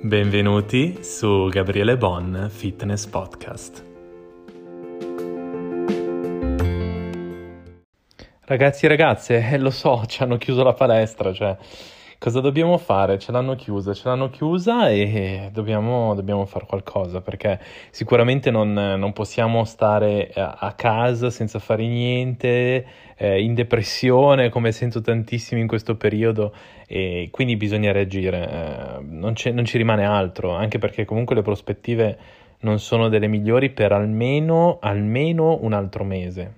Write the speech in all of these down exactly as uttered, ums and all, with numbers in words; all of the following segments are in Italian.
Benvenuti su Gabriele Bon Fitness Podcast. Ragazzi e ragazze, eh, lo so, ci hanno chiuso la palestra, cioè cosa dobbiamo fare? Ce l'hanno chiusa, ce l'hanno chiusa e dobbiamo, dobbiamo fare qualcosa, perché sicuramente non, non possiamo stare a, a casa senza fare niente, eh, in depressione, come sento tantissimi in questo periodo, e quindi bisogna reagire, eh, non, c'è, non ci rimane altro, anche perché comunque le prospettive non sono delle migliori per almeno, almeno un altro mese.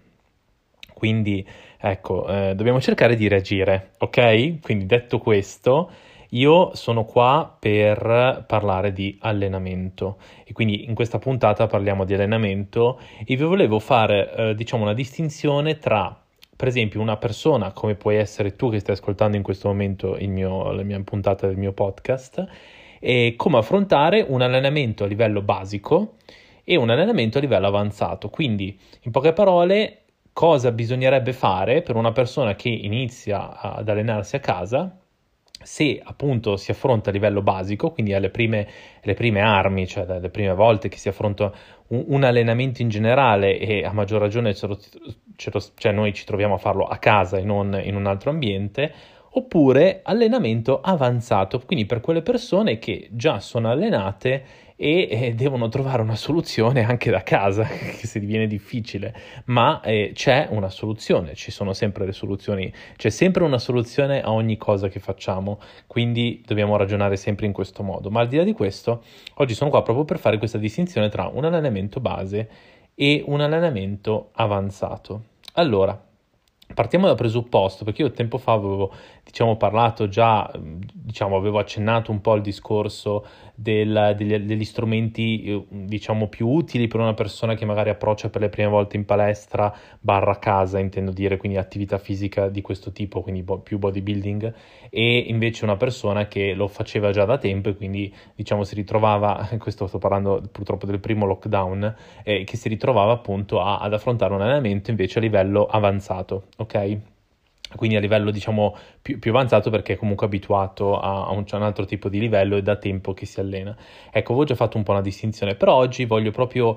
Quindi ecco, eh, dobbiamo cercare di reagire, ok? Quindi detto questo, io sono qua per parlare di allenamento e quindi in questa puntata parliamo di allenamento e vi volevo fare, eh, diciamo, una distinzione tra, per esempio, una persona come puoi essere tu che stai ascoltando in questo momento il mio, la mia puntata del mio podcast e come affrontare un allenamento a livello basico e un allenamento a livello avanzato. Quindi, in poche parole, cosa bisognerebbe fare per una persona che inizia ad allenarsi a casa se appunto si affronta a livello basico, quindi alle prime, le prime armi, cioè le prime volte che si affronta un, un allenamento in generale e a maggior ragione ce lo, ce lo, cioè noi ci troviamo a farlo a casa e non in un altro ambiente, oppure allenamento avanzato, quindi per quelle persone che già sono allenate e eh, devono trovare una soluzione anche da casa, che se diviene difficile, ma eh, c'è una soluzione, ci sono sempre le soluzioni, c'è sempre una soluzione a ogni cosa che facciamo, quindi dobbiamo ragionare sempre in questo modo. Ma al di là di questo, oggi sono qua proprio per fare questa distinzione tra un allenamento base e un allenamento avanzato. Allora, partiamo dal presupposto, perché io tempo fa avevo, diciamo, parlato già, diciamo, avevo accennato un po' al discorso del, degli, degli strumenti, diciamo, più utili per una persona che magari approccia per le prime volte in palestra barra casa, intendo dire, quindi attività fisica di questo tipo, quindi bo- più bodybuilding, e invece una persona che lo faceva già da tempo e quindi, diciamo, si ritrovava, questo sto parlando purtroppo del primo lockdown, eh, che si ritrovava appunto a, ad affrontare un allenamento invece a livello avanzato. Ok? Quindi a livello diciamo più, più avanzato perché è comunque abituato a, a un, a un altro tipo di livello e da tempo che si allena. Ecco, avevo già fatto un po' una distinzione, però oggi voglio proprio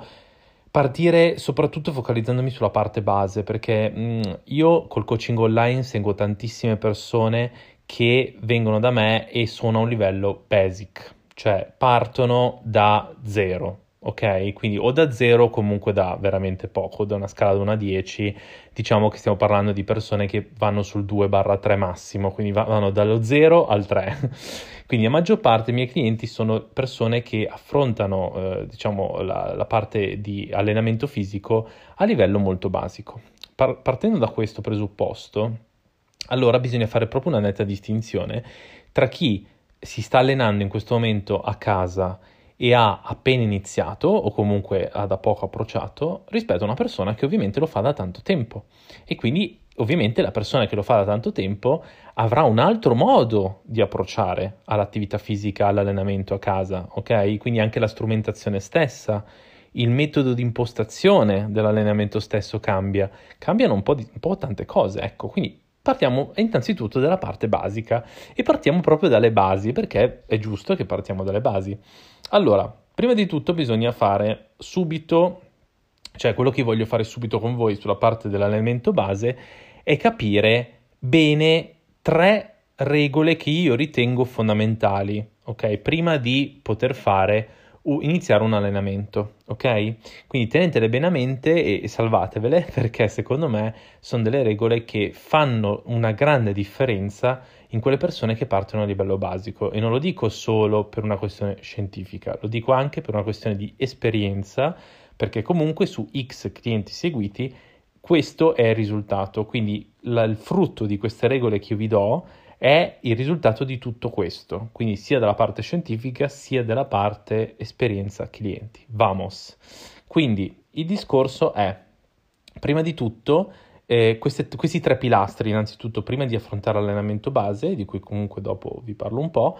partire soprattutto focalizzandomi sulla parte base, perché mh, io col coaching online seguo tantissime persone che vengono da me e sono a un livello basic, cioè partono da zero. Ok, quindi o da zero o comunque da veramente poco, da una scala da uno a dieci, diciamo che stiamo parlando di persone che vanno sul due tre massimo, quindi vanno dallo zero al tre. Quindi la maggior parte dei miei clienti sono persone che affrontano, eh, diciamo, la, la parte di allenamento fisico a livello molto basico. Par- partendo da questo presupposto, allora bisogna fare proprio una netta distinzione tra chi si sta allenando in questo momento a casa e ha appena iniziato o comunque ha da poco approcciato rispetto a una persona che ovviamente lo fa da tanto tempo e quindi ovviamente la persona che lo fa da tanto tempo avrà un altro modo di approcciare all'attività fisica, all'allenamento a casa, ok? Quindi anche la strumentazione stessa, il metodo di impostazione dell'allenamento stesso cambia, cambiano un po', di, un po' tante cose, ecco, quindi partiamo innanzitutto dalla parte basica e partiamo proprio dalle basi perché è giusto che partiamo dalle basi. Allora, prima di tutto bisogna fare subito, cioè quello che voglio fare subito con voi sulla parte dell'allenamento base è capire bene tre regole che io ritengo fondamentali, ok? Prima di poter fare uh, iniziare un allenamento, ok? Quindi tenetele bene a mente e, e salvatevele perché secondo me sono delle regole che fanno una grande differenza in quelle persone che partono a livello basico e non lo dico solo per una questione scientifica, lo dico anche per una questione di esperienza perché comunque su X clienti seguiti questo è il risultato, quindi la, il frutto di queste regole che io vi do è il risultato di tutto questo, quindi sia dalla parte scientifica sia dalla parte esperienza clienti. Vamos! Quindi il discorso è, prima di tutto, eh, queste, questi tre pilastri, innanzitutto prima di affrontare l'allenamento base, di cui comunque dopo vi parlo un po',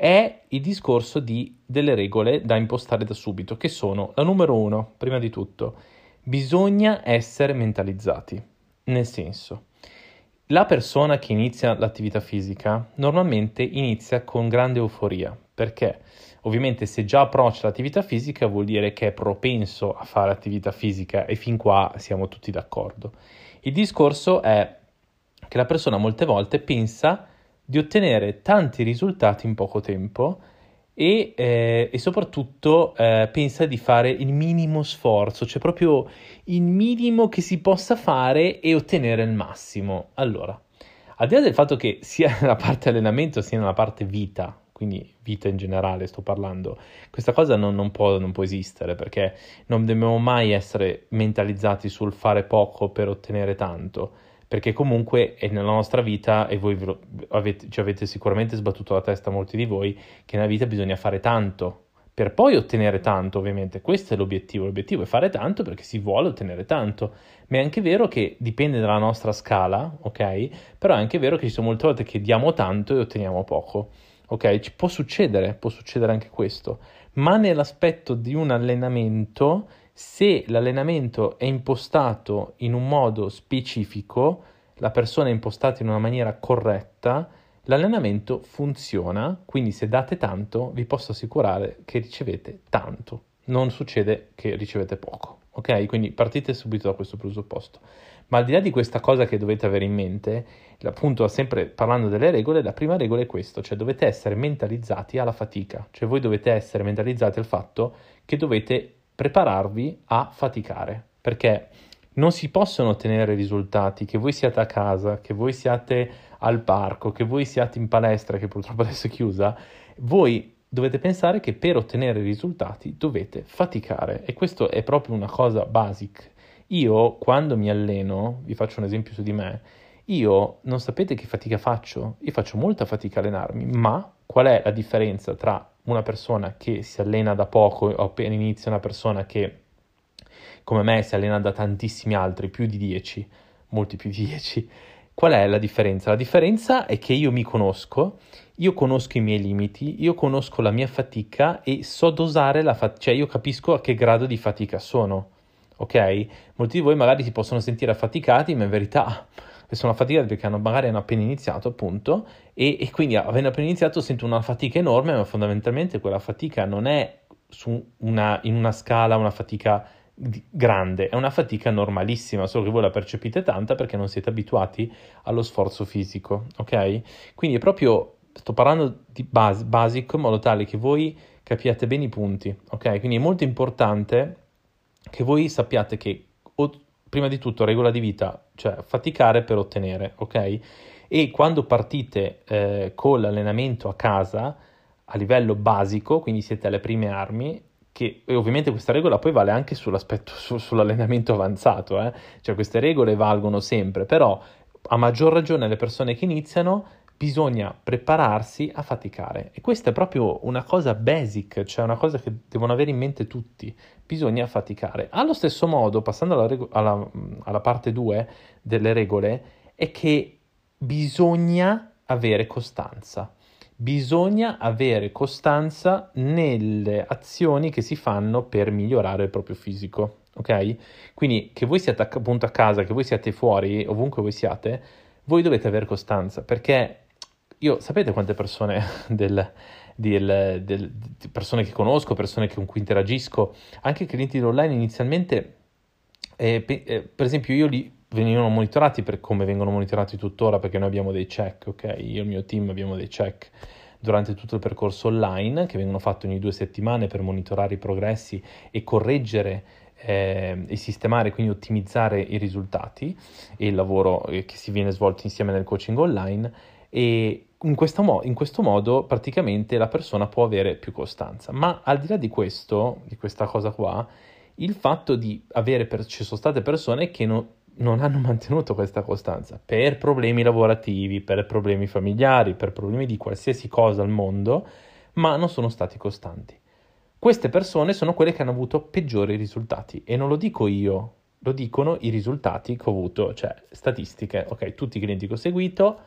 è il discorso di delle regole da impostare da subito, che sono la numero uno, prima di tutto, bisogna essere mentalizzati, nel senso, la persona che inizia l'attività fisica normalmente inizia con grande euforia, perché ovviamente se già approccia l'attività fisica vuol dire che è propenso a fare attività fisica e fin qua siamo tutti d'accordo. Il discorso è che la persona molte volte pensa di ottenere tanti risultati in poco tempo e, eh, e soprattutto eh, pensa di fare il minimo sforzo, cioè proprio il minimo che si possa fare e ottenere il massimo. Allora, al di là del fatto che sia nella parte allenamento sia nella parte vita, quindi vita in generale sto parlando, questa cosa non, non può, non può esistere, perché non dobbiamo mai essere mentalizzati sul fare poco per ottenere tanto, perché comunque è nella nostra vita, e voi ve lo- avete, ci avete sicuramente sbattuto la testa molti di voi, che nella vita bisogna fare tanto per poi ottenere tanto, ovviamente. Questo è l'obiettivo. L'obiettivo è fare tanto perché si vuole ottenere tanto. Ma è anche vero che dipende dalla nostra scala, ok? Però è anche vero che ci sono molte volte che diamo tanto e otteniamo poco, ok? Ci può succedere, può succedere anche questo. Ma nell'aspetto di un allenamento, se l'allenamento è impostato in un modo specifico, la persona è impostata in una maniera corretta, l'allenamento funziona, quindi se date tanto, vi posso assicurare che ricevete tanto. Non succede che ricevete poco, ok? Quindi partite subito da questo presupposto. Ma al di là di questa cosa che dovete avere in mente, appunto sempre parlando delle regole, la prima regola è questo, cioè dovete essere mentalizzati alla fatica, cioè voi dovete essere mentalizzati al fatto che dovete prepararvi a faticare, perché non si possono ottenere risultati, che voi siate a casa, che voi siate al parco, che voi siate in palestra, che purtroppo adesso è chiusa, voi dovete pensare che per ottenere risultati dovete faticare, e questo è proprio una cosa basic. Io quando mi alleno, vi faccio un esempio su di me, io non sapete che fatica faccio? Io faccio molta fatica a allenarmi, ma qual è la differenza tra una persona che si allena da poco o appena inizia, una persona che come me si allena da tantissimi altri, più di dieci, molti più di dieci? Qual è la differenza? La differenza è che io mi conosco, io conosco i miei limiti, io conosco la mia fatica e so dosare la fatica, cioè io capisco a che grado di fatica sono, ok? Molti di voi magari si possono sentire affaticati, ma in verità sono affaticati perché hanno, magari hanno appena iniziato, appunto, e, e quindi avendo appena iniziato sento una fatica enorme, ma fondamentalmente quella fatica non è su una, in una scala una fatica di- grande, è una fatica normalissima, solo che voi la percepite tanta perché non siete abituati allo sforzo fisico, ok? Quindi è proprio, sto parlando di base, basic, in modo tale che voi capiate bene i punti, ok? Quindi è molto importante che voi sappiate che, o- prima di tutto, regola di vita, cioè faticare per ottenere, ok? E quando partite eh, con l'allenamento a casa, a livello basico, quindi siete alle prime armi, che e ovviamente questa regola poi vale anche sull'aspetto, su- sull'allenamento avanzato, eh? Cioè queste regole valgono sempre, però a maggior ragione le persone che iniziano bisogna prepararsi a faticare, e questa è proprio una cosa basic, cioè una cosa che devono avere in mente tutti, bisogna faticare. Allo stesso modo, passando alla, rego- alla- alla parte due delle regole, è che bisogna avere costanza. Bisogna avere costanza nelle azioni che si fanno per migliorare il proprio fisico, ok? Quindi che voi siate a- appunto a casa, che voi siate fuori, ovunque voi siate, voi dovete avere costanza, perché io sapete quante persone del, del- del- di persone che conosco, persone con cui interagisco, anche clienti online inizialmente, eh, pe- eh, per esempio io li venivano monitorati per come vengono monitorati tuttora, perché noi abbiamo dei check, ok? Io e il mio team abbiamo dei check durante tutto il percorso online che vengono fatti ogni due settimane per monitorare i progressi e correggere eh, e sistemare, quindi ottimizzare i risultati e il lavoro eh, che si viene svolto insieme nel coaching online. E in questo, mo- in questo modo praticamente la persona può avere più costanza. Ma al di là di questo, di questa cosa qua, il fatto di avere, per- ci sono state persone che no- non hanno mantenuto questa costanza per problemi lavorativi, per problemi familiari, per problemi di qualsiasi cosa al mondo, ma non sono stati costanti. Queste persone sono quelle che hanno avuto peggiori risultati, e non lo dico io, lo dicono i risultati che ho avuto, cioè statistiche. Ok, tutti i clienti che ho seguito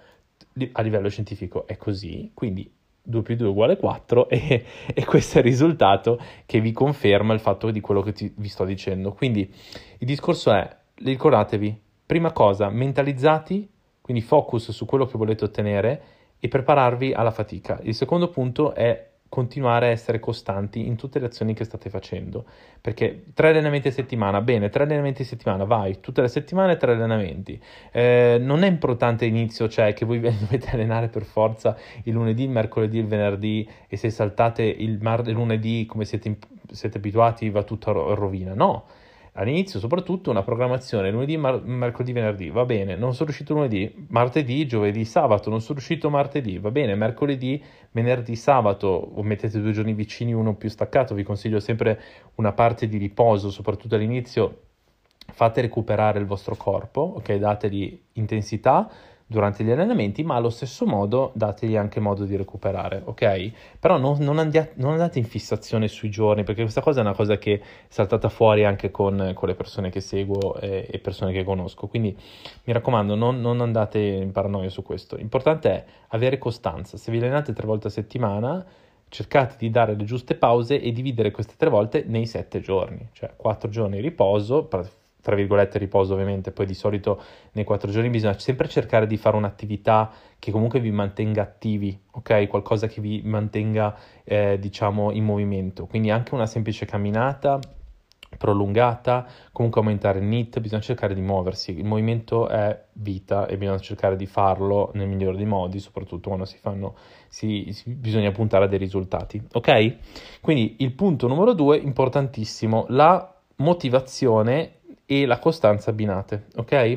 a livello scientifico è così, quindi due più due uguale quattro, e, e questo è il risultato che vi conferma il fatto di quello che ti- vi sto dicendo. Quindi il discorso è, ricordatevi, prima cosa, mentalizzati, Quindi focus su quello che volete ottenere e prepararvi alla fatica. Il secondo punto è continuare a essere costanti in tutte le azioni che state facendo, perché tre allenamenti a settimana, bene, tre allenamenti a settimana, vai, tutte le settimane tre allenamenti. Eh, non è importante all'inizio, cioè che voi dovete allenare per forza il lunedì, il mercoledì, il venerdì, e se saltate il, mar- il lunedì come siete, siete abituati va tutto a ro- rovina, no. All'inizio soprattutto una programmazione lunedì, mar- mercoledì, venerdì, va bene, non sono riuscito lunedì, martedì, giovedì, sabato, non sono riuscito martedì, va bene, mercoledì, venerdì, sabato, o mettete due giorni vicini, uno più staccato, vi consiglio sempre una parte di riposo, soprattutto all'inizio, fate recuperare il vostro corpo, ok, dategli intensità durante gli allenamenti, ma allo stesso modo dategli anche modo di recuperare, ok? Però non, non, andiate, non andate in fissazione sui giorni, perché questa cosa è una cosa che è saltata fuori anche con, con le persone che seguo e, e persone che conosco, quindi mi raccomando, non, non andate in paranoia su questo. L'importante è avere costanza. Se vi allenate tre volte a settimana, cercate di dare le giuste pause e dividere queste tre volte nei sette giorni, cioè quattro giorni di riposo, tra virgolette riposo ovviamente, poi di solito nei quattro giorni bisogna sempre cercare di fare un'attività che comunque vi mantenga attivi, ok? Qualcosa che vi mantenga, eh, diciamo, in movimento, quindi anche una semplice camminata prolungata, comunque aumentare il N I T, bisogna cercare di muoversi, il movimento è vita e bisogna cercare di farlo nel migliore dei modi, soprattutto quando si fanno, si, si, bisogna puntare a dei risultati, ok? Quindi il punto numero due, importantissimo, la motivazione e la costanza abbinate, ok?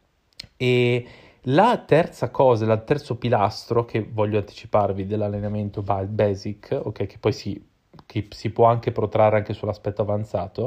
E la terza cosa, il terzo pilastro che voglio anticiparvi dell'allenamento basic, ok, che poi si, che si può anche protrarre anche sull'aspetto avanzato,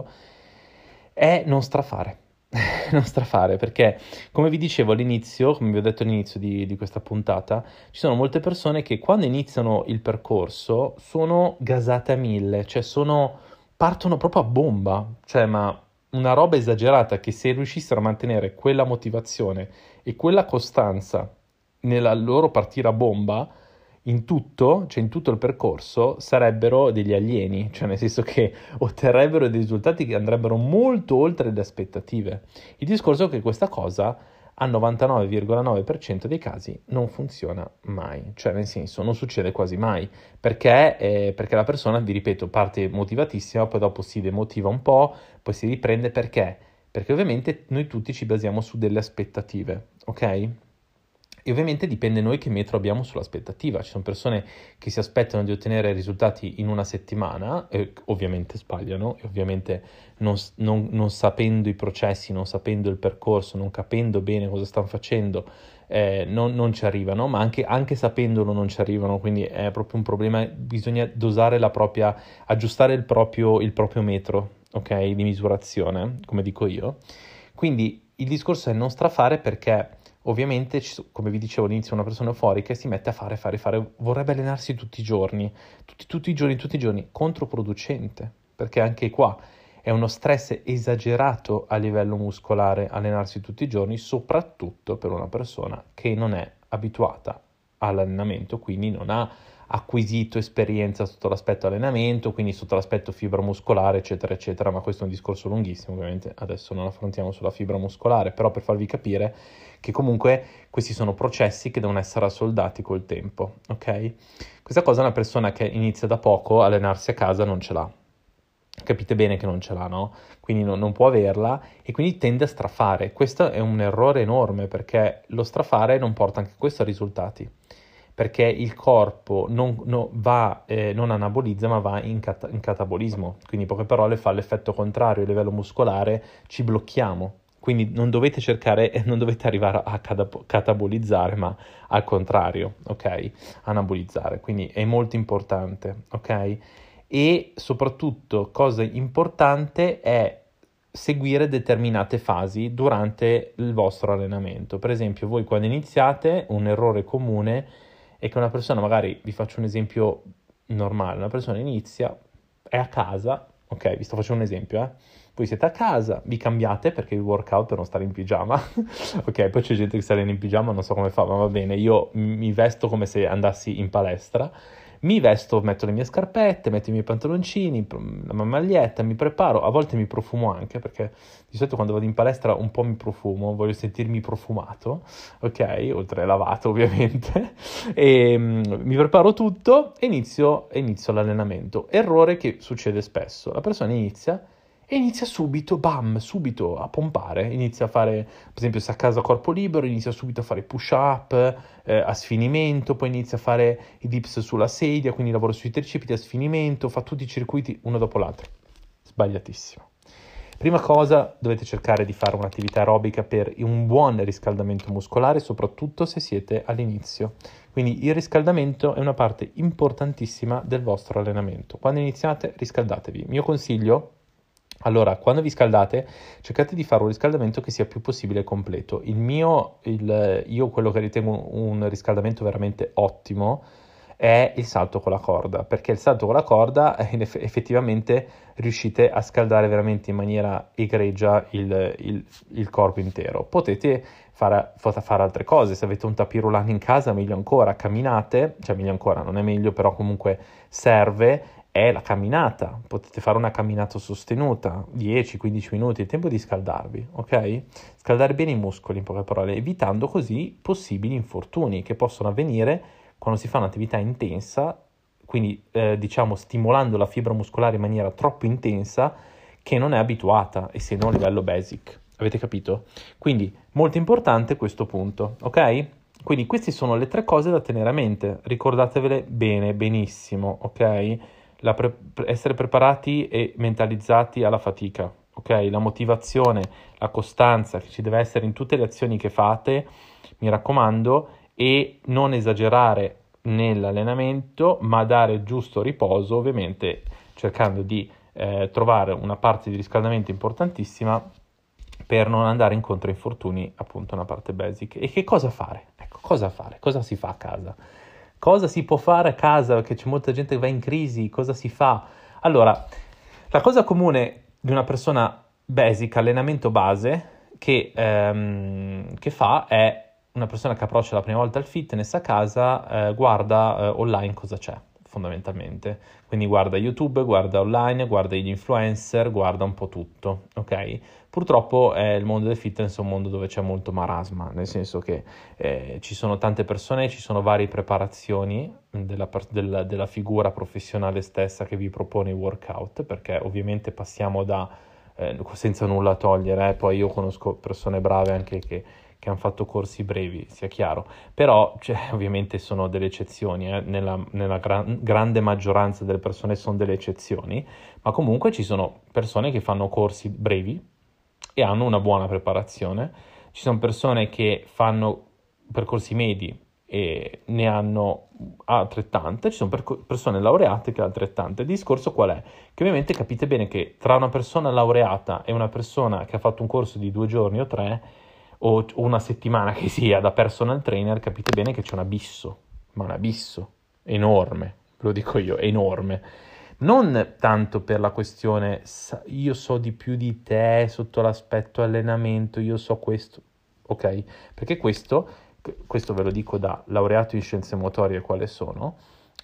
è non strafare. non strafare, perché come vi dicevo all'inizio, come vi ho detto all'inizio di, di questa puntata, ci sono molte persone che quando iniziano il percorso sono gasate a mille, cioè sono, partono proprio a bomba, cioè ma una roba esagerata, che se riuscissero a mantenere quella motivazione e quella costanza nella loro partire a bomba in tutto, cioè in tutto il percorso, sarebbero degli alieni, cioè nel senso che otterrebbero dei risultati che andrebbero molto oltre le aspettative. Il discorso è che questa cosa al novantanove virgola nove per cento dei casi non funziona mai, cioè nel senso non succede quasi mai, perché, eh, perché la persona, vi ripeto, parte motivatissima, poi dopo si demotiva un po', poi si riprende, perché? Perché ovviamente noi tutti ci basiamo su delle aspettative, ok? E ovviamente dipende noi che metro abbiamo sull'aspettativa. Ci sono persone che si aspettano di ottenere risultati in una settimana, e ovviamente sbagliano, e ovviamente non, non, non sapendo i processi, non sapendo il percorso, non capendo bene cosa stanno facendo, eh, non, non ci arrivano, ma anche, anche sapendolo non ci arrivano, quindi è proprio un problema, bisogna dosare la propria, aggiustare il proprio, il proprio metro, ok, di misurazione, come dico io. Quindi il discorso è non strafare, perché ovviamente, come vi dicevo all'inizio, una persona euforica si mette a fare, fare, fare, vorrebbe allenarsi tutti i giorni, tutti, tutti i giorni, tutti i giorni, controproducente, perché anche qua è uno stress esagerato a livello muscolare allenarsi tutti i giorni, soprattutto per una persona che non è abituata all'allenamento, quindi non ha acquisito esperienza sotto l'aspetto allenamento, quindi sotto l'aspetto fibra muscolare, eccetera, eccetera, ma questo è un discorso lunghissimo, ovviamente adesso non affrontiamo sulla fibra muscolare, però per farvi capire che comunque questi sono processi che devono essere assoldati col tempo, ok? Questa cosa una persona che inizia da poco a allenarsi a casa non ce l'ha. Capite bene che non ce l'ha, no? Quindi no, non può averla e quindi tende a strafare. Questo è un errore enorme, perché lo strafare non porta anche questo a risultati, perché il corpo non, no, va, eh, non anabolizza, ma va in, cat- in catabolismo, quindi in poche parole fa l'effetto contrario, a livello muscolare ci blocchiamo, quindi non dovete cercare, non dovete arrivare a catap- catabolizzare, ma al contrario, ok? Anabolizzare, quindi è molto importante, ok? E soprattutto, cosa importante è seguire determinate fasi durante il vostro allenamento. Per esempio, voi quando iniziate, un errore comune è che una persona, magari vi faccio un esempio normale, una persona inizia, è a casa, ok, vi sto facendo un esempio, eh, voi siete a casa, vi cambiate perché vi workout per non stare in pigiama, ok, poi c'è gente che sta in pigiama, non so come fa, ma va bene, io mi vesto come se andassi in palestra, Mi vesto, metto le mie scarpette, metto i miei pantaloncini, la mia maglietta, mi preparo, a volte mi profumo anche, perché di solito quando vado in palestra un po' mi profumo, voglio sentirmi profumato, ok? Oltre lavato ovviamente, e um, mi preparo tutto e inizio, e inizio l'allenamento. Errore che succede spesso, la persona inizia e inizia subito, bam, subito a pompare, inizia a fare, per esempio se a casa corpo libero, inizia subito a fare push-up, eh, a sfinimento, poi inizia a fare i dips sulla sedia, quindi lavora sui tricipiti a sfinimento, fa tutti i circuiti uno dopo l'altro. Sbagliatissimo. Prima cosa, dovete cercare di fare un'attività aerobica per un buon riscaldamento muscolare, soprattutto se siete all'inizio. Quindi il riscaldamento è una parte importantissima del vostro allenamento. Quando iniziate, riscaldatevi. Mio consiglio: allora, quando vi scaldate, cercate di fare un riscaldamento che sia più possibile completo. Il mio, il, io quello che ritengo un riscaldamento veramente ottimo è il salto con la corda, perché il salto con la corda eff- effettivamente riuscite a scaldare veramente in maniera egregia il, il, il corpo intero. Potete fare, fare altre cose, se avete un tapis in casa meglio ancora, camminate, cioè meglio ancora, non è meglio, però comunque serve, è la camminata. Potete fare una camminata sostenuta, dieci quindici minuti, il tempo di scaldarvi, ok? Scaldare bene i muscoli, in poche parole, evitando così possibili infortuni che possono avvenire quando si fa un'attività intensa, quindi eh, diciamo stimolando la fibra muscolare in maniera troppo intensa che non è abituata, essendo a livello basic. Avete capito? Quindi molto importante questo punto, ok? Quindi queste sono le tre cose da tenere a mente, ricordatevele bene, benissimo, ok? La pre- essere preparati e mentalizzati alla fatica, ok? La motivazione, la costanza che ci deve essere in tutte le azioni che fate, mi raccomando, e non esagerare nell'allenamento, ma dare il giusto riposo, ovviamente cercando di eh, trovare una parte di riscaldamento importantissima per non andare incontro a infortuni, appunto una parte basic. E che cosa fare? Ecco, cosa fare? Cosa si fa a casa? Cosa si può fare a casa? Perché c'è molta gente che va in crisi, cosa si fa? Allora, la cosa comune di una persona basic, allenamento base, che, ehm, che fa è una persona che approccia la prima volta al fitness a casa, eh, guarda eh, online cosa c'è, fondamentalmente. Quindi guarda YouTube, guarda online, guarda gli influencer, guarda un po' tutto, ok? Purtroppo eh, il mondo del fitness è un mondo dove c'è molto marasma, nel senso che eh, ci sono tante persone, ci sono varie preparazioni della, della, della figura professionale stessa che vi propone i workout, perché ovviamente passiamo da, eh, senza nulla togliere, eh, poi io conosco persone brave anche che che hanno fatto corsi brevi, sia chiaro, però cioè, ovviamente sono delle eccezioni, eh? nella, nella gran, grande maggioranza delle persone sono delle eccezioni, ma comunque ci sono persone che fanno corsi brevi e hanno una buona preparazione, ci sono persone che fanno percorsi medi e ne hanno altrettante, ci sono per- persone laureate che altrettante. Il discorso qual è? Che ovviamente capite bene che tra una persona laureata e una persona che ha fatto un corso di due giorni o tre o una settimana che sia da personal trainer, capite bene che c'è un abisso, ma un abisso enorme, ve lo dico io, enorme. Non tanto per la questione io so di più di te sotto l'aspetto allenamento, io so questo, ok? Perché questo, questo ve lo dico da laureato in scienze motorie quale sono,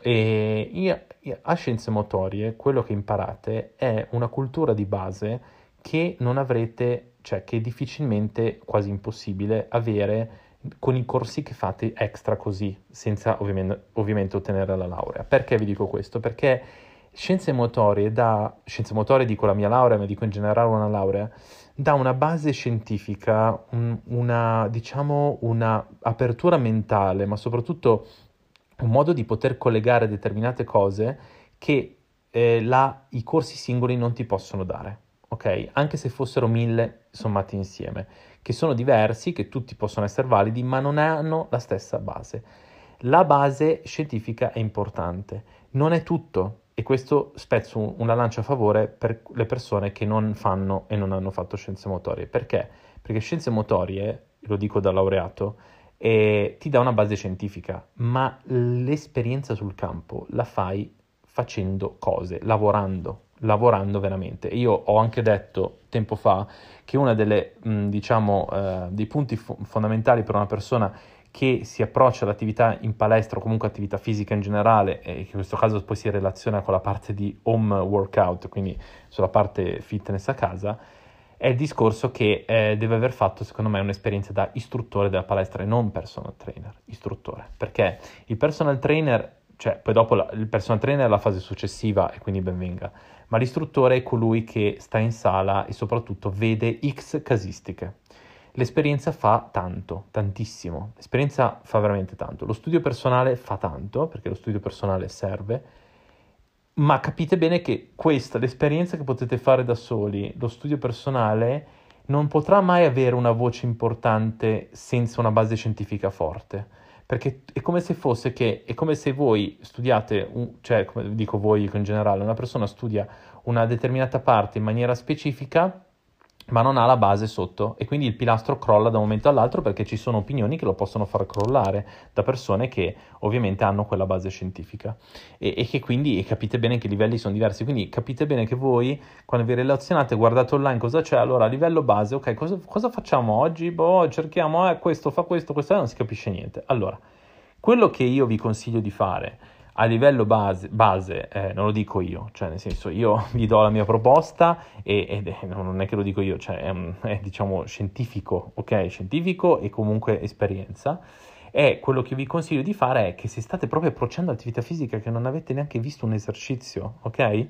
e io, io, a scienze motorie quello che imparate è una cultura di base che non avrete, cioè che è difficilmente, quasi impossibile, avere con i corsi che fate extra così, senza ovviamente, ovviamente ottenere la laurea. Perché vi dico questo? Perché scienze motorie dà, scienze motorie dico la mia laurea, ma dico in generale una laurea, dà una base scientifica, un, una, diciamo, una apertura mentale, ma soprattutto un modo di poter collegare determinate cose che eh, la, i corsi singoli non ti possono dare. Ok? Anche se fossero mille sommati insieme, che sono diversi, che tutti possono essere validi, ma non hanno la stessa base. La base scientifica è importante, non è tutto, e questo spezzo una lancia a favore per le persone che non fanno e non hanno fatto scienze motorie. Perché? Perché scienze motorie, lo dico da laureato, eh, ti dà una base scientifica, ma l'esperienza sul campo la fai facendo cose, lavorando, lavorando veramente. Io ho anche detto tempo fa che uno delle, mh, diciamo, eh, dei punti fo- fondamentali per una persona che si approccia all'attività in palestra o comunque attività fisica in generale, e che in questo caso poi si relaziona con la parte di home workout, quindi sulla parte fitness a casa, è il discorso che eh, deve aver fatto, secondo me, un'esperienza da istruttore della palestra e non personal trainer, istruttore. Perché il personal trainer, cioè poi dopo la, il personal trainer è la fase successiva e quindi ben venga, ma l'istruttore è colui che sta in sala e soprattutto vede X casistiche. L'esperienza fa tanto, tantissimo. L'esperienza fa veramente tanto. Lo studio personale fa tanto, perché lo studio personale serve, ma capite bene che questa, l'esperienza che potete fare da soli, lo studio personale, non potrà mai avere una voce importante senza una base scientifica forte. Perché è come se fosse che, è come se voi studiate, un, cioè, come dico voi in generale, una persona studia una determinata parte in maniera specifica, ma non ha la base sotto e quindi il pilastro crolla da un momento all'altro perché ci sono opinioni che lo possono far crollare da persone che ovviamente hanno quella base scientifica e, e che quindi e capite bene che i livelli sono diversi, quindi capite bene che voi quando vi relazionate guardate online cosa c'è, allora a livello base, ok, cosa, cosa facciamo oggi? Boh, cerchiamo, eh, questo fa questo, questo non si capisce niente. Allora, quello che io vi consiglio di fare a livello base, base eh, non lo dico io, cioè nel senso io vi do la mia proposta e, ed è, non è che lo dico io, cioè è, un, è diciamo scientifico, ok? Scientifico e comunque esperienza. E quello che vi consiglio di fare è che se state proprio approcciando l'attività fisica che non avete neanche visto un esercizio, ok?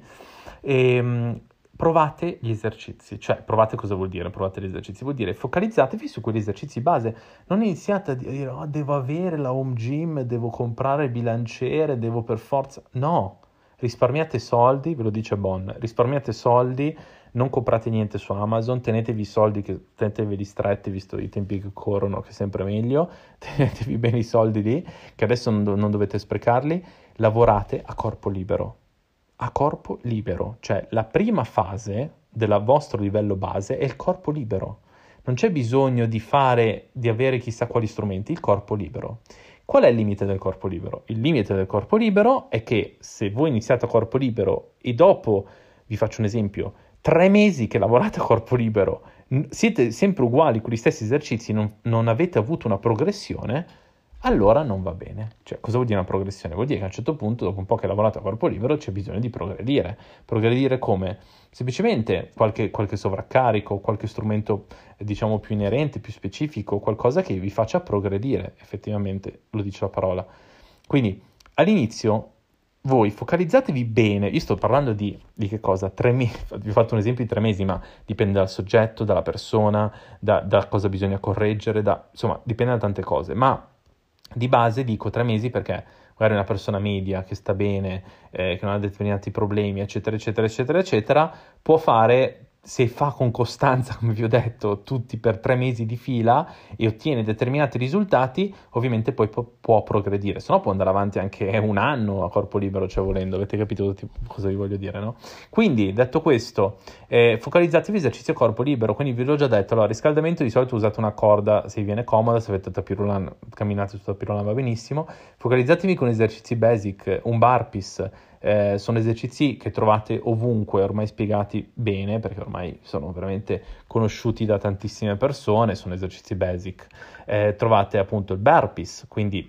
E, provate gli esercizi, cioè provate cosa vuol dire provate gli esercizi? Vuol dire focalizzatevi su quegli esercizi base, non iniziate a dire oh, devo avere la home gym, devo comprare il bilanciere, devo per forza, no, risparmiate soldi, ve lo dice Bon, risparmiate soldi, non comprate niente su Amazon, tenetevi i soldi, che teneteveli stretti visto i tempi che corrono, che è sempre meglio, tenetevi bene i soldi lì, che adesso non, non dovete sprecarli, lavorate a corpo libero. A corpo libero, cioè la prima fase del vostro livello base è il corpo libero. Non c'è bisogno di fare, di avere chissà quali strumenti, il corpo libero. Qual è il limite del corpo libero? Il limite del corpo libero è che se voi iniziate a corpo libero e dopo, vi faccio un esempio, tre mesi che lavorate a corpo libero, siete sempre uguali con gli stessi esercizi, non, non avete avuto una progressione, allora non va bene. Cioè, cosa vuol dire una progressione? Vuol dire che a un certo punto, dopo un po' che lavorate a corpo libero, c'è bisogno di progredire. Progredire come? Semplicemente qualche, qualche sovraccarico, qualche strumento, eh, diciamo, più inerente, più specifico, qualcosa che vi faccia progredire, effettivamente, lo dice la parola. Quindi, all'inizio, voi focalizzatevi bene. Io sto parlando di, di che cosa? Tre mesi. Vi ho fatto un esempio di tre mesi, ma dipende dal soggetto, dalla persona, da, da cosa bisogna correggere, da, insomma, dipende da tante cose. Ma di base dico tre mesi perché magari una persona media che sta bene, eh, che non ha determinati problemi, eccetera, eccetera, eccetera, eccetera, può fare, se fa con costanza, come vi ho detto, tutti per tre mesi di fila e ottiene determinati risultati, ovviamente poi può, può progredire, se no può andare avanti anche un anno a corpo libero, cioè volendo, avete capito cosa vi voglio dire, no? Quindi, detto questo, eh, focalizzatevi esercizio a corpo libero, quindi vi l'ho già detto, allora, riscaldamento di solito usate una corda se vi viene comoda, se avete tapirulan, camminate su tapirulan va benissimo, focalizzatevi con esercizi basic, un burpees. Eh, sono esercizi che trovate ovunque, ormai spiegati bene, perché ormai sono veramente conosciuti da tantissime persone, sono esercizi basic. Eh, trovate appunto il burpees, quindi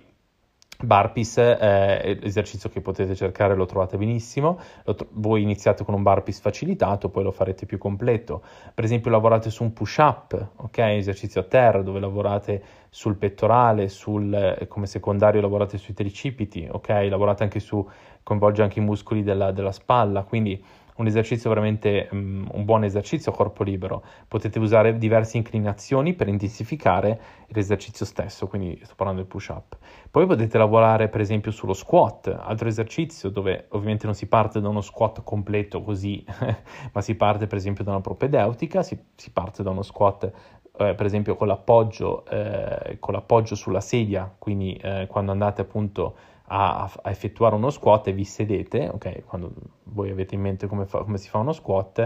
burpees è l'esercizio che potete cercare, lo trovate benissimo, lo tro- voi iniziate con un burpees facilitato, poi lo farete più completo. Per esempio lavorate su un push-up, ok? Esercizio a terra dove lavorate sul pettorale, sul, eh, come secondario lavorate sui tricipiti, ok? Lavorate anche su, coinvolge anche i muscoli della, della spalla, quindi un esercizio veramente, um, un buon esercizio a corpo libero. Potete usare diverse inclinazioni per intensificare l'esercizio stesso, quindi sto parlando del push-up. Poi potete lavorare per esempio sullo squat, altro esercizio dove ovviamente non si parte da uno squat completo così, ma si parte per esempio da una propedeutica, si, si parte da uno squat eh, per esempio con l'appoggio, eh, con l'appoggio sulla sedia, quindi eh, quando andate appunto A, a effettuare uno squat e vi sedete, ok? Quando voi avete in mente come, fa, come si fa uno squat,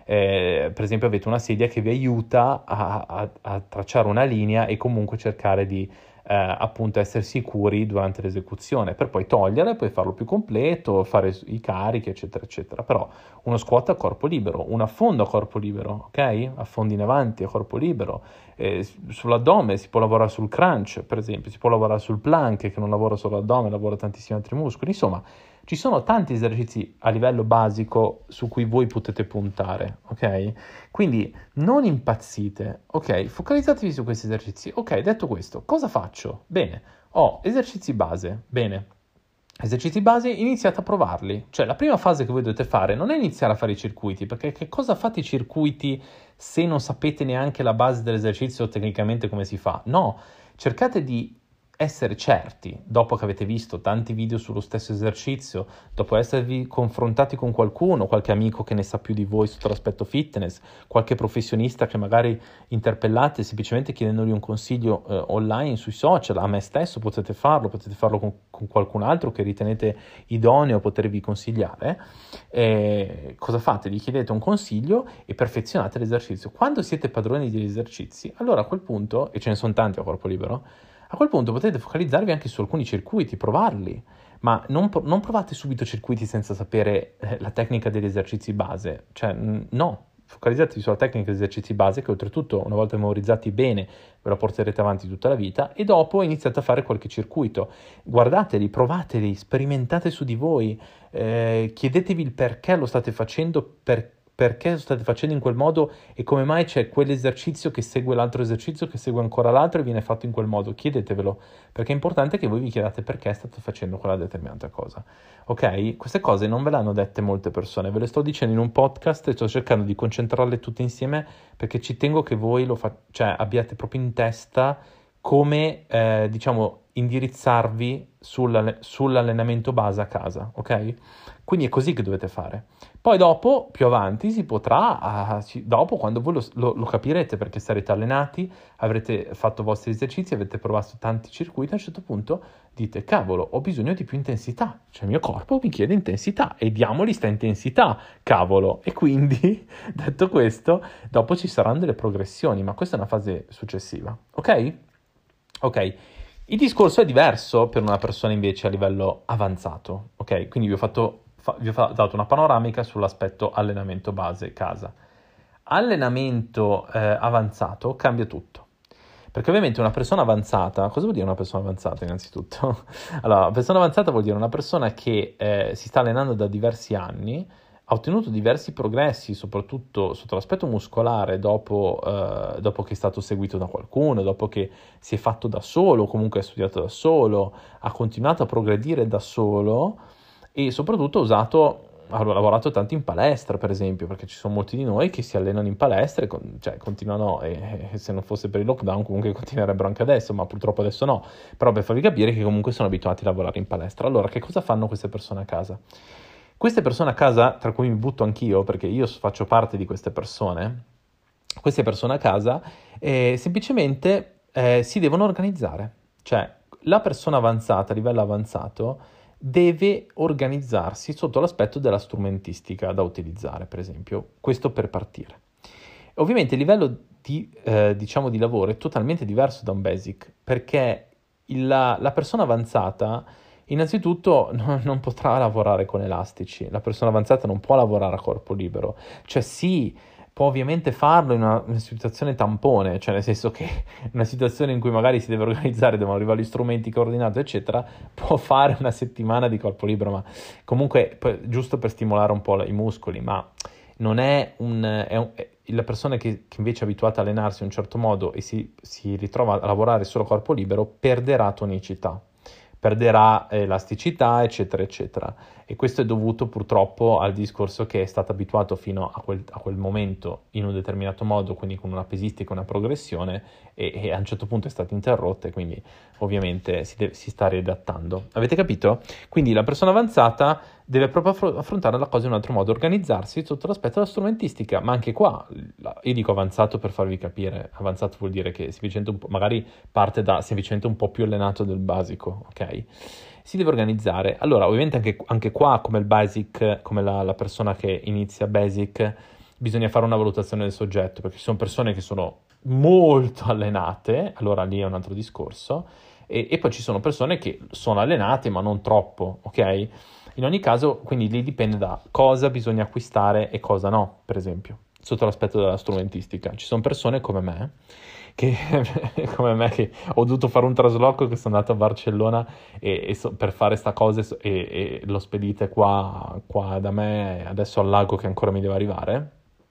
eh, per esempio avete una sedia che vi aiuta a, a, a tracciare una linea e comunque cercare di eh, appunto essere sicuri durante l'esecuzione, per poi togliere, poi farlo più completo, fare i carichi, eccetera, eccetera. Però uno squat a corpo libero, un affondo a corpo libero, ok? Affondi in avanti a corpo libero, eh, sull'addome si può lavorare sul crunch, per esempio, si può lavorare sul plank, che non lavora solo l'addome, lavora tantissimi altri muscoli, insomma, ci sono tanti esercizi a livello basico su cui voi potete puntare, ok? Quindi non impazzite, ok? Focalizzatevi su questi esercizi. Ok, detto questo, cosa faccio? Bene, ho esercizi base, bene. Esercizi base, iniziate a provarli. Cioè, la prima fase che voi dovete fare non è iniziare a fare i circuiti, perché che cosa fate i circuiti se non sapete neanche la base dell'esercizio tecnicamente come si fa? No, cercate di essere certi, dopo che avete visto tanti video sullo stesso esercizio, dopo esservi confrontati con qualcuno, qualche amico che ne sa più di voi sotto l'aspetto fitness, qualche professionista che magari interpellate semplicemente chiedendogli un consiglio eh, online sui social, a me stesso potete farlo, potete farlo con, con qualcun altro che ritenete idoneo a potervi consigliare. Eh, cosa fate? Gli chiedete un consiglio e perfezionate l'esercizio. Quando siete padroni degli esercizi, allora a quel punto, e ce ne sono tanti a corpo libero, a quel punto potete focalizzarvi anche su alcuni circuiti, provarli, ma non, non provate subito circuiti senza sapere eh, la tecnica degli esercizi base, cioè n- no, focalizzatevi sulla tecnica degli esercizi base che oltretutto una volta memorizzati bene ve la porterete avanti tutta la vita e dopo iniziate a fare qualche circuito, guardateli, provateli, sperimentate su di voi, eh, chiedetevi il perché lo state facendo, per perché lo state facendo in quel modo e come mai c'è quell'esercizio che segue l'altro esercizio che segue ancora l'altro e viene fatto in quel modo. Chiedetevelo, perché è importante che voi vi chiedate perché state facendo quella determinata cosa. Ok? Queste cose non ve le hanno dette molte persone, ve le sto dicendo in un podcast e sto cercando di concentrarle tutte insieme perché ci tengo che voi lo fa- cioè, abbiate proprio in testa come, eh, diciamo, indirizzarvi sull'alle- sull'allenamento base a casa, ok? Quindi è così che dovete fare. Poi dopo, più avanti, si potrà, ah, ci- dopo quando voi lo, lo- lo capirete perché sarete allenati, avrete fatto i vostri esercizi, avete provato tanti circuiti, a un certo punto dite, cavolo, ho bisogno di più intensità, cioè il mio corpo mi chiede intensità e diamogli sta intensità, cavolo. E quindi, detto questo, dopo ci saranno delle progressioni, ma questa è una fase successiva, ok? Ok. Il discorso è diverso per una persona invece a livello avanzato, ok? Quindi vi ho fatto, fa- vi ho fa- dato una panoramica sull'aspetto allenamento base casa. Allenamento eh, avanzato cambia tutto. Perché ovviamente una persona avanzata, cosa vuol dire una persona avanzata innanzitutto? Allora, una persona avanzata vuol dire una persona che eh, si sta allenando da diversi anni, ha ottenuto diversi progressi, soprattutto sotto l'aspetto muscolare, dopo, eh, dopo che è stato seguito da qualcuno, dopo che si è fatto da solo, comunque ha studiato da solo, ha continuato a progredire da solo e soprattutto ha usato, ha lavorato tanto in palestra, per esempio, perché ci sono molti di noi che si allenano in palestra e con- cioè, continuano, e, e se non fosse per il lockdown comunque continuerebbero anche adesso, ma purtroppo adesso no, però per farvi capire che comunque sono abituati a lavorare in palestra. Allora, che cosa fanno queste persone a casa? Queste persone a casa, tra cui mi butto anch'io, perché io faccio parte di queste persone, queste persone a casa eh, semplicemente eh, si devono organizzare. Cioè, la persona avanzata, a livello avanzato, deve organizzarsi sotto l'aspetto della strumentistica da utilizzare, per esempio. Questo per partire. Ovviamente il livello di, eh, diciamo, di lavoro è totalmente diverso da un basic, perché il- la, la persona avanzata innanzitutto no- non potrà lavorare con elastici, la persona avanzata non può lavorare a corpo libero, cioè sì, può ovviamente farlo in una, una situazione tampone, cioè nel senso che in una situazione in cui magari si deve organizzare, devono arrivare gli strumenti coordinati, eccetera, può fare una settimana di corpo libero, ma comunque poi, giusto per stimolare un po' la- i muscoli, ma non è un... È un è- la persona che, che invece è abituata a allenarsi in un certo modo e si, si ritrova a lavorare solo a corpo libero, perderà tonicità, perderà elasticità, eccetera, eccetera. E questo è dovuto purtroppo al discorso che è stato abituato fino a quel, a quel momento in un determinato modo, quindi con una pesistica, una progressione, e, e a un certo punto è stata interrotta e quindi ovviamente si, deve, si sta riadattando. Avete capito? Quindi la persona avanzata deve proprio affr- affrontare la cosa in un altro modo, organizzarsi sotto l'aspetto della strumentistica, ma anche qua, la- io dico avanzato per farvi capire, avanzato vuol dire che semplicemente un po', magari parte da semplicemente un po' più allenato del basico, ok? Si deve organizzare. Allora, ovviamente anche, anche qua, come il basic, come la, la persona che inizia basic, bisogna fare una valutazione del soggetto, perché ci sono persone che sono molto allenate, allora lì è un altro discorso, E, e poi ci sono persone che sono allenate ma non troppo, ok? In ogni caso, quindi lì dipende da cosa bisogna acquistare e cosa no, per esempio, sotto l'aspetto della strumentistica. Ci sono persone come me, che, come me che ho dovuto fare un trasloco, che sono andato a Barcellona e, e so- per fare sta cosa e, e l'ho spedite qua, qua da me, adesso al lago che ancora mi deve arrivare.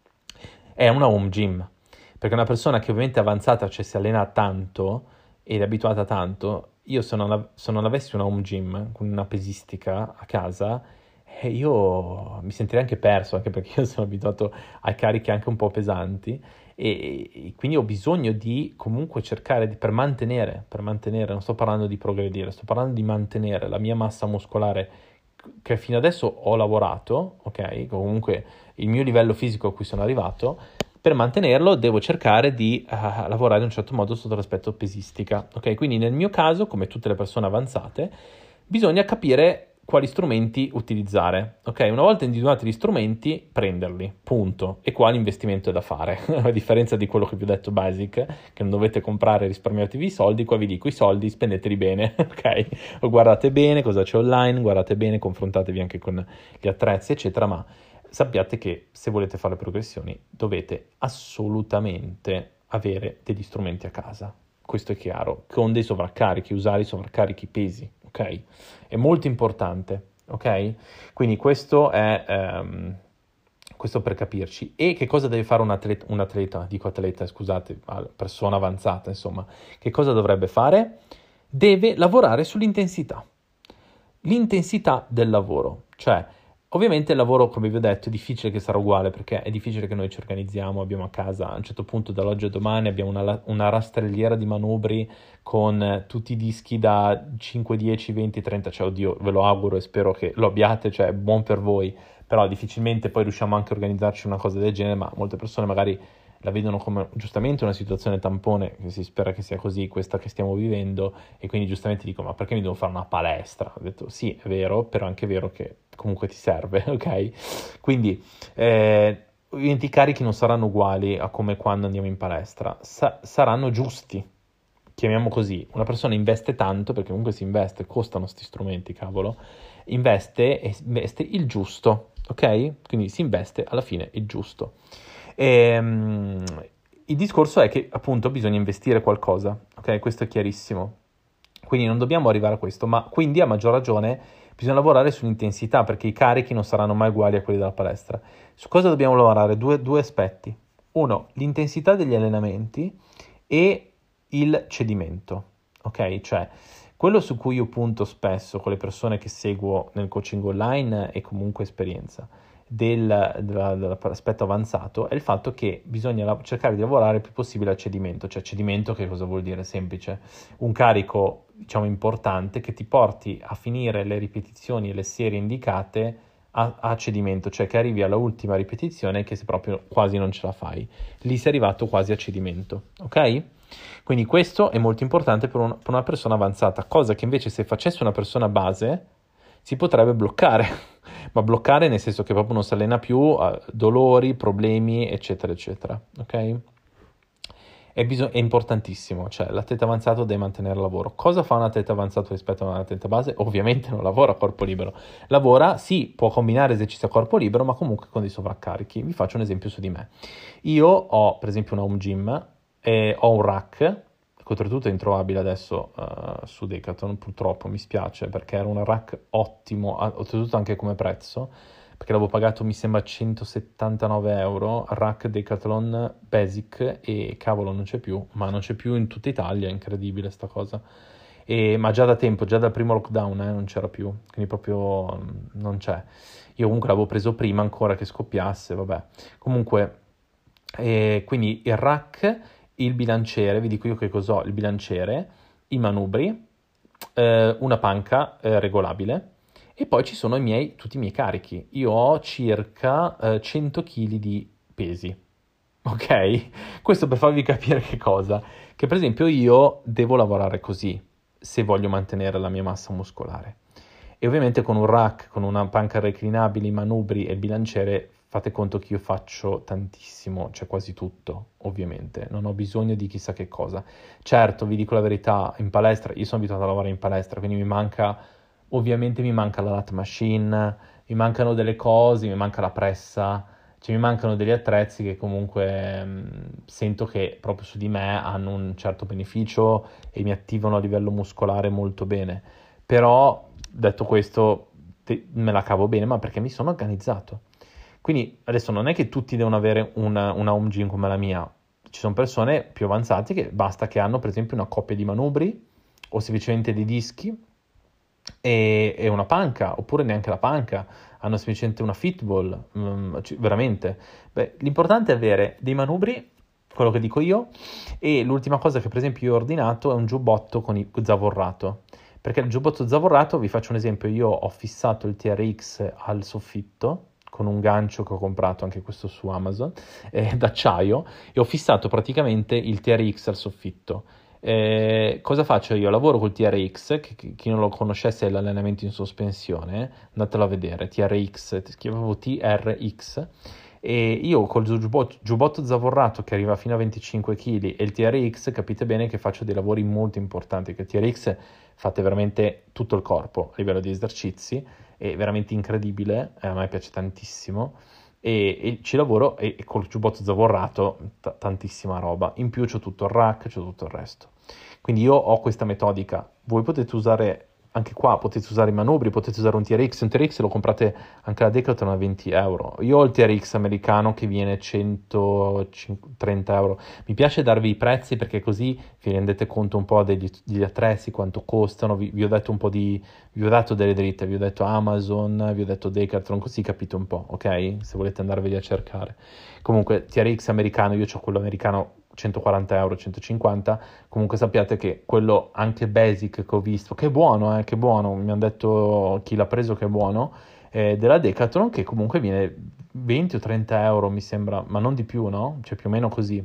È una home gym, perché una persona che ovviamente è avanzata, cioè si allena tanto ed è abituata tanto, io se non, av- se non avessi una home gym con una pesistica a casa, eh, io mi sentirei anche perso, anche perché io sono abituato a carichi anche un po' pesanti e, e quindi ho bisogno di comunque cercare di, per mantenere, per mantenere, non sto parlando di progredire, sto parlando di mantenere la mia massa muscolare che fino adesso ho lavorato, ok? Comunque il mio livello fisico a cui sono arrivato, per mantenerlo devo cercare di uh, lavorare in un certo modo sotto l'aspetto pesistica, ok? Quindi nel mio caso, come tutte le persone avanzate, bisogna capire quali strumenti utilizzare, ok? Una volta individuati gli strumenti, prenderli, punto. E qua l'investimento è da fare, a differenza di quello che vi ho detto basic, che non dovete comprare e risparmiatevi i soldi, qua vi dico i soldi spendeteli bene, ok? O guardate bene cosa c'è online, guardate bene, confrontatevi anche con gli attrezzi, eccetera, ma sappiate che se volete fare progressioni dovete assolutamente avere degli strumenti a casa, questo è chiaro, con dei sovraccarichi, usare i sovraccarichi pesi, ok? È molto importante, ok? Quindi questo è ehm, questo per capirci. E che cosa deve fare un atleta, un atleta, dico atleta, scusate, persona avanzata, insomma, che cosa dovrebbe fare? Deve lavorare sull'intensità. L'intensità del lavoro, cioè ovviamente il lavoro, come vi ho detto, è difficile che sarà uguale perché è difficile che noi ci organizziamo, abbiamo a casa a un certo punto dall'oggi al domani, abbiamo una, una rastrelliera di manubri con eh, tutti i dischi da cinque, dieci, venti, trenta, cioè oddio, ve lo auguro e spero che lo abbiate, cioè è buon per voi, però difficilmente poi riusciamo anche a organizzarci una cosa del genere, ma molte persone magari la vedono come giustamente una situazione tampone, che si spera che sia così questa che stiamo vivendo, e quindi giustamente dico, ma perché mi devo fare una palestra? Ho detto, sì, è vero, però è anche vero che comunque ti serve, ok? Quindi, eh, ovviamente i carichi non saranno uguali a come quando andiamo in palestra, Sa- saranno giusti, chiamiamo così. Una persona investe tanto, perché comunque si investe, costano sti strumenti, cavolo, investe e investe il giusto, ok? Quindi si investe alla fine il giusto. E, um, il discorso è che appunto bisogna investire qualcosa, ok? Questo è chiarissimo. Quindi non dobbiamo arrivare a questo, ma quindi a maggior ragione bisogna lavorare sull'intensità perché i carichi non saranno mai uguali a quelli della palestra. Su cosa dobbiamo lavorare? Due, due aspetti. Uno, l'intensità degli allenamenti e il cedimento, ok? Cioè quello su cui io punto spesso con le persone che seguo nel coaching online e comunque esperienza del, della, dell'aspetto avanzato è il fatto che bisogna la- cercare di lavorare il più possibile al cedimento. Cioè cedimento che cosa vuol dire? Semplice, un carico diciamo importante che ti porti a finire le ripetizioni e le serie indicate a, a cedimento, cioè che arrivi alla ultima ripetizione che se proprio quasi non ce la fai, lì sei arrivato quasi a cedimento, ok? Quindi questo è molto importante per, un, per una persona avanzata, cosa che invece se facesse una persona base si potrebbe bloccare, ma bloccare nel senso che proprio non si allena più, ha dolori, problemi, eccetera, eccetera, ok? È, bis- è importantissimo, cioè l'atleta avanzato deve mantenere il lavoro. Cosa fa un atleta avanzato rispetto a un atleta base? Ovviamente non lavora a corpo libero, lavora, sì, può combinare esercizi a corpo libero, ma comunque con dei sovraccarichi. Vi faccio un esempio su di me. Io ho, per esempio, una home gym, e ho un rack, che oltretutto è introvabile adesso uh, su Decathlon, purtroppo mi spiace, perché era un rack ottimo, oltretutto anche come prezzo, perché l'avevo pagato mi sembra centosettantanove euro, rack Decathlon Basic, e cavolo non c'è più, ma non c'è più in tutta Italia, è incredibile sta cosa. E, ma già da tempo, già dal primo lockdown eh, non c'era più, quindi proprio mm, non c'è. Io comunque l'avevo preso prima ancora che scoppiasse, vabbè. Comunque, eh, quindi il rack, il bilanciere, vi dico io che cos'ho, il bilanciere, i manubri, eh, una panca eh, regolabile, e poi ci sono i miei, tutti i miei carichi. Io ho circa eh, cento chili di pesi, ok? Questo per farvi capire che cosa? Che per esempio io devo lavorare così se voglio mantenere la mia massa muscolare. E ovviamente con un rack, con una panca reclinabile, i manubri e il bilanciere fate conto che io faccio tantissimo, cioè quasi tutto, ovviamente, non ho bisogno di chissà che cosa. Certo, vi dico la verità, in palestra, io sono abituato a lavorare in palestra, quindi mi manca, ovviamente mi manca la lat machine, mi mancano delle cose, mi manca la pressa, cioè mi mancano degli attrezzi che comunque mh, sento che proprio su di me hanno un certo beneficio e mi attivano a livello muscolare molto bene. Però, detto questo, te- me la cavo bene, ma perché mi sono organizzato. Quindi adesso non è che tutti devono avere una, una home gym come la mia, ci sono persone più avanzate che basta che hanno per esempio una coppia di manubri o semplicemente dei dischi e, e una panca, oppure neanche la panca, hanno semplicemente una fitball, mm, c- veramente. Beh, l'importante è avere dei manubri, quello che dico io, e l'ultima cosa che per esempio io ho ordinato è un giubbotto con il zavorrato. Perché il giubbotto zavorrato, vi faccio un esempio, io ho fissato il T R X al soffitto con un gancio che ho comprato anche questo su Amazon, eh, d'acciaio, e ho fissato praticamente il T R X al soffitto. Eh, cosa faccio io? Lavoro col T R X, che, che chi non lo conoscesse è l'allenamento in sospensione, andatelo a vedere, T R X, scrivevo T R X, e io col giubbotto, giubbotto zavorrato che arriva fino a venticinque chili e il T R X, capite bene che faccio dei lavori molto importanti, che il T R X fate veramente tutto il corpo a livello di esercizi, è veramente incredibile, eh, a me piace tantissimo, e, e ci lavoro e, e col giubbotto zavorrato t- tantissima roba, in più c'ho tutto il rack, c'ho tutto il resto. Quindi io ho questa metodica, voi potete usare, anche qua potete usare i manubri, potete usare un T R X, un T R X lo comprate anche alla Decathlon a venti euro, io ho il T R X americano che viene centotrenta euro, mi piace darvi i prezzi perché così vi rendete conto un po' degli, degli attrezzi, quanto costano, vi, vi ho detto un po' di, vi ho dato delle dritte, vi ho detto Amazon, vi ho detto Decathlon, così capite un po', ok? Se volete andarveli a cercare. Comunque T R X americano, io ho quello americano centoquaranta euro, centocinquanta, comunque sappiate che quello anche basic che ho visto, che è buono, eh, che è buono, mi hanno detto chi l'ha preso che è buono, eh, della Decathlon, che comunque viene venti o trenta euro mi sembra, ma non di più, no? Cioè più o meno così.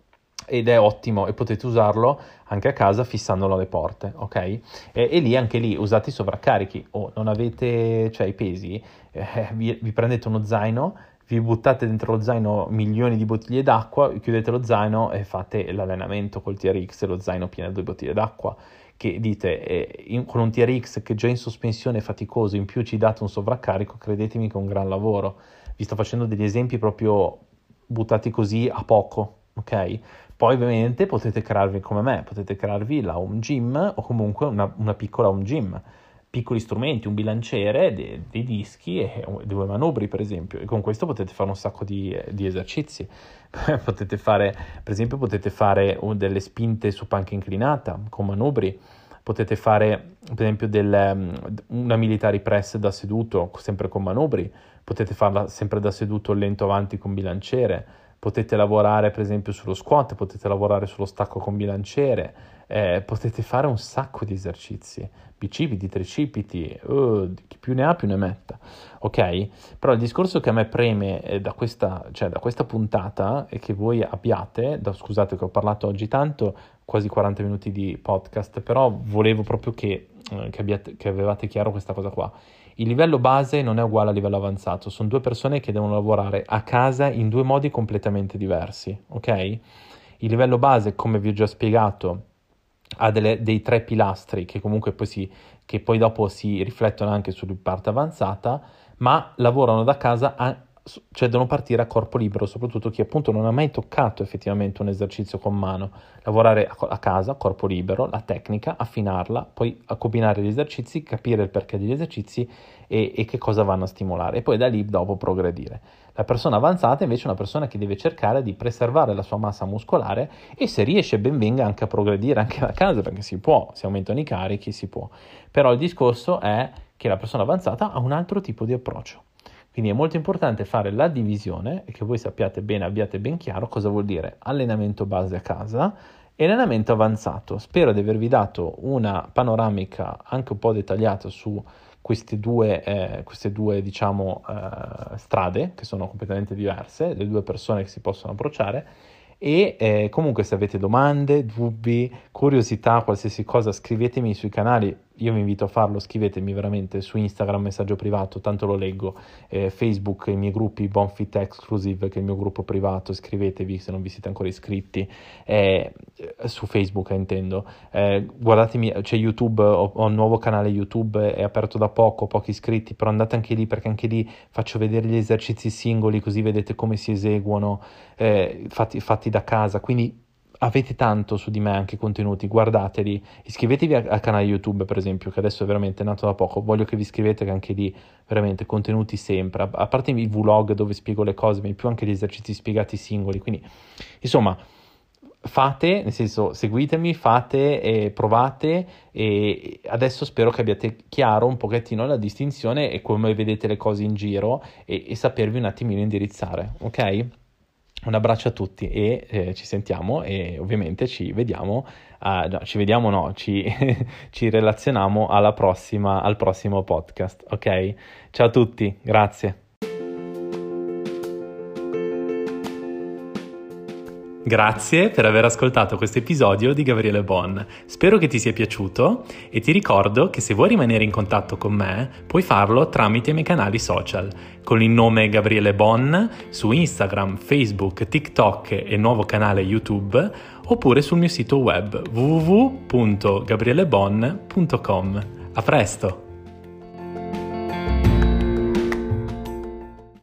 Ed è ottimo e potete usarlo anche a casa fissandolo alle porte, ok? E, e lì anche lì usate i sovraccarichi o non avete, cioè i pesi, eh, vi, vi prendete uno zaino, vi buttate dentro lo zaino milioni di bottiglie d'acqua, chiudete lo zaino e fate l'allenamento col T R X e lo zaino pieno di due bottiglie d'acqua, che dite, eh, in- con un T R X che già in sospensione è faticoso, in più ci date un sovraccarico, credetemi che è un gran lavoro. Vi sto facendo degli esempi proprio buttati così a poco, ok? Poi ovviamente potete crearvi come me, potete crearvi la home gym o comunque una, una piccola home gym, piccoli strumenti, un bilanciere, de- dei dischi e due manubri per esempio, e con questo potete fare un sacco di, di esercizi. Potete fare, per esempio, potete fare un- delle spinte su panca inclinata con manubri, potete fare per esempio del, um, una military press da seduto sempre con manubri, potete farla sempre da seduto lento avanti con bilanciere, potete lavorare per esempio sullo squat, potete lavorare sullo stacco con bilanciere, eh, potete fare un sacco di esercizi, bicipiti, tricipiti, uh, chi più ne ha più ne metta, ok? Però il discorso che a me preme eh, da questa, cioè, da questa puntata è che voi abbiate, da, scusate che ho parlato oggi tanto, quasi quaranta minuti di podcast, però volevo proprio che, eh, che, abbiate, che avevate chiaro questa cosa qua. Il livello base non è uguale al livello avanzato, sono due persone che devono lavorare a casa in due modi completamente diversi, ok? Il livello base, come vi ho già spiegato, ha delle- dei tre pilastri che comunque poi, si, che poi dopo si riflettono anche sulla parte avanzata, ma lavorano da casa, a- cioè devono partire a corpo libero, soprattutto chi appunto non ha mai toccato effettivamente un esercizio con mano, lavorare a, a casa, a corpo libero, la tecnica, affinarla, poi a combinare gli esercizi, capire il perché degli esercizi e, e che cosa vanno a stimolare, e poi da lì dopo progredire. La persona avanzata invece è una persona che deve cercare di preservare la sua massa muscolare e se riesce ben venga anche a progredire anche da casa, perché si può, si aumentano i carichi, si può. Però il discorso è che la persona avanzata ha un altro tipo di approccio. Quindi è molto importante fare la divisione e che voi sappiate bene, abbiate ben chiaro cosa vuol dire allenamento base a casa e allenamento avanzato. Spero di avervi dato una panoramica anche un po' dettagliata su queste due, eh, queste due diciamo, eh, strade che sono completamente diverse, le due persone che si possono approcciare e eh, comunque se avete domande, dubbi, curiosità, qualsiasi cosa scrivetemi sui canali io vi invito a farlo, scrivetemi veramente su Instagram, messaggio privato, tanto lo leggo, eh, Facebook, i miei gruppi Bonfit Exclusive, che è il mio gruppo privato, iscrivetevi se non vi siete ancora iscritti, eh, su Facebook eh, intendo, eh, guardatemi, c'è YouTube, ho, ho un nuovo canale YouTube, è aperto da poco, pochi iscritti, però andate anche lì perché anche lì faccio vedere gli esercizi singoli, così vedete come si eseguono, eh, fatti, fatti da casa, quindi avete tanto su di me anche contenuti, guardateli, iscrivetevi al canale YouTube per esempio, che adesso è veramente nato da poco, voglio che vi iscrivete, che anche lì veramente contenuti sempre, a, a parte i vlog dove spiego le cose, ma in più anche gli esercizi spiegati singoli, quindi insomma fate, nel senso seguitemi, fate e provate, e adesso spero che abbiate chiaro un pochettino la distinzione e come vedete le cose in giro e, e sapervi un attimino indirizzare, ok? Un abbraccio a tutti e eh, ci sentiamo e ovviamente ci vediamo, uh, no, ci vediamo no, ci, ci relazioniamo alla prossima, al prossimo podcast, ok? Ciao a tutti, grazie. Grazie per aver ascoltato questo episodio di Gabriele Bon. Spero che ti sia piaciuto e ti ricordo che se vuoi rimanere in contatto con me puoi farlo tramite i miei canali social con il nome Gabriele Bon su Instagram, Facebook, TikTok e nuovo canale YouTube, oppure sul mio sito web w w w punto gabrielebon punto com. A presto!